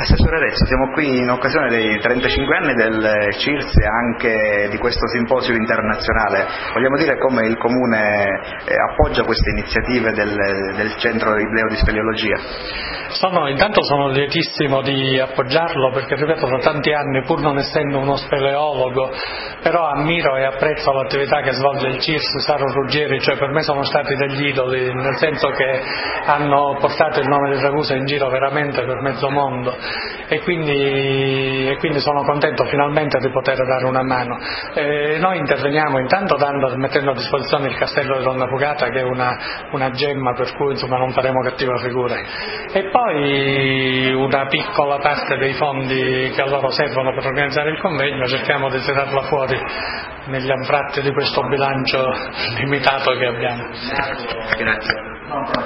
Assessore Arezzo, siamo qui in occasione dei 35 anni del CIRS e anche di questo simposio internazionale. Vogliamo dire come il Comune appoggia queste iniziative del Centro Ibleo di Speleologia? Intanto sono lietissimo di appoggiarlo perché, ripeto, da tanti anni, pur non essendo uno speleologo, però ammiro e apprezzo l'attività che svolge il CIRS. Saro Ruggieri, cioè per me sono stati degli idoli, nel senso che hanno portato il nome di Ragusa in giro veramente per mezzo mondo e quindi sono contento finalmente di poter dare una mano. Noi interveniamo intanto mettendo a disposizione il castello di Donna Fugata, che è una gemma, per cui insomma non faremo cattiva figura, e poi una piccola parte dei fondi che a loro servono per organizzare il convegno cerchiamo di tirarla fuori negli anfratti di questo bilancio limitato che abbiamo. Grazie.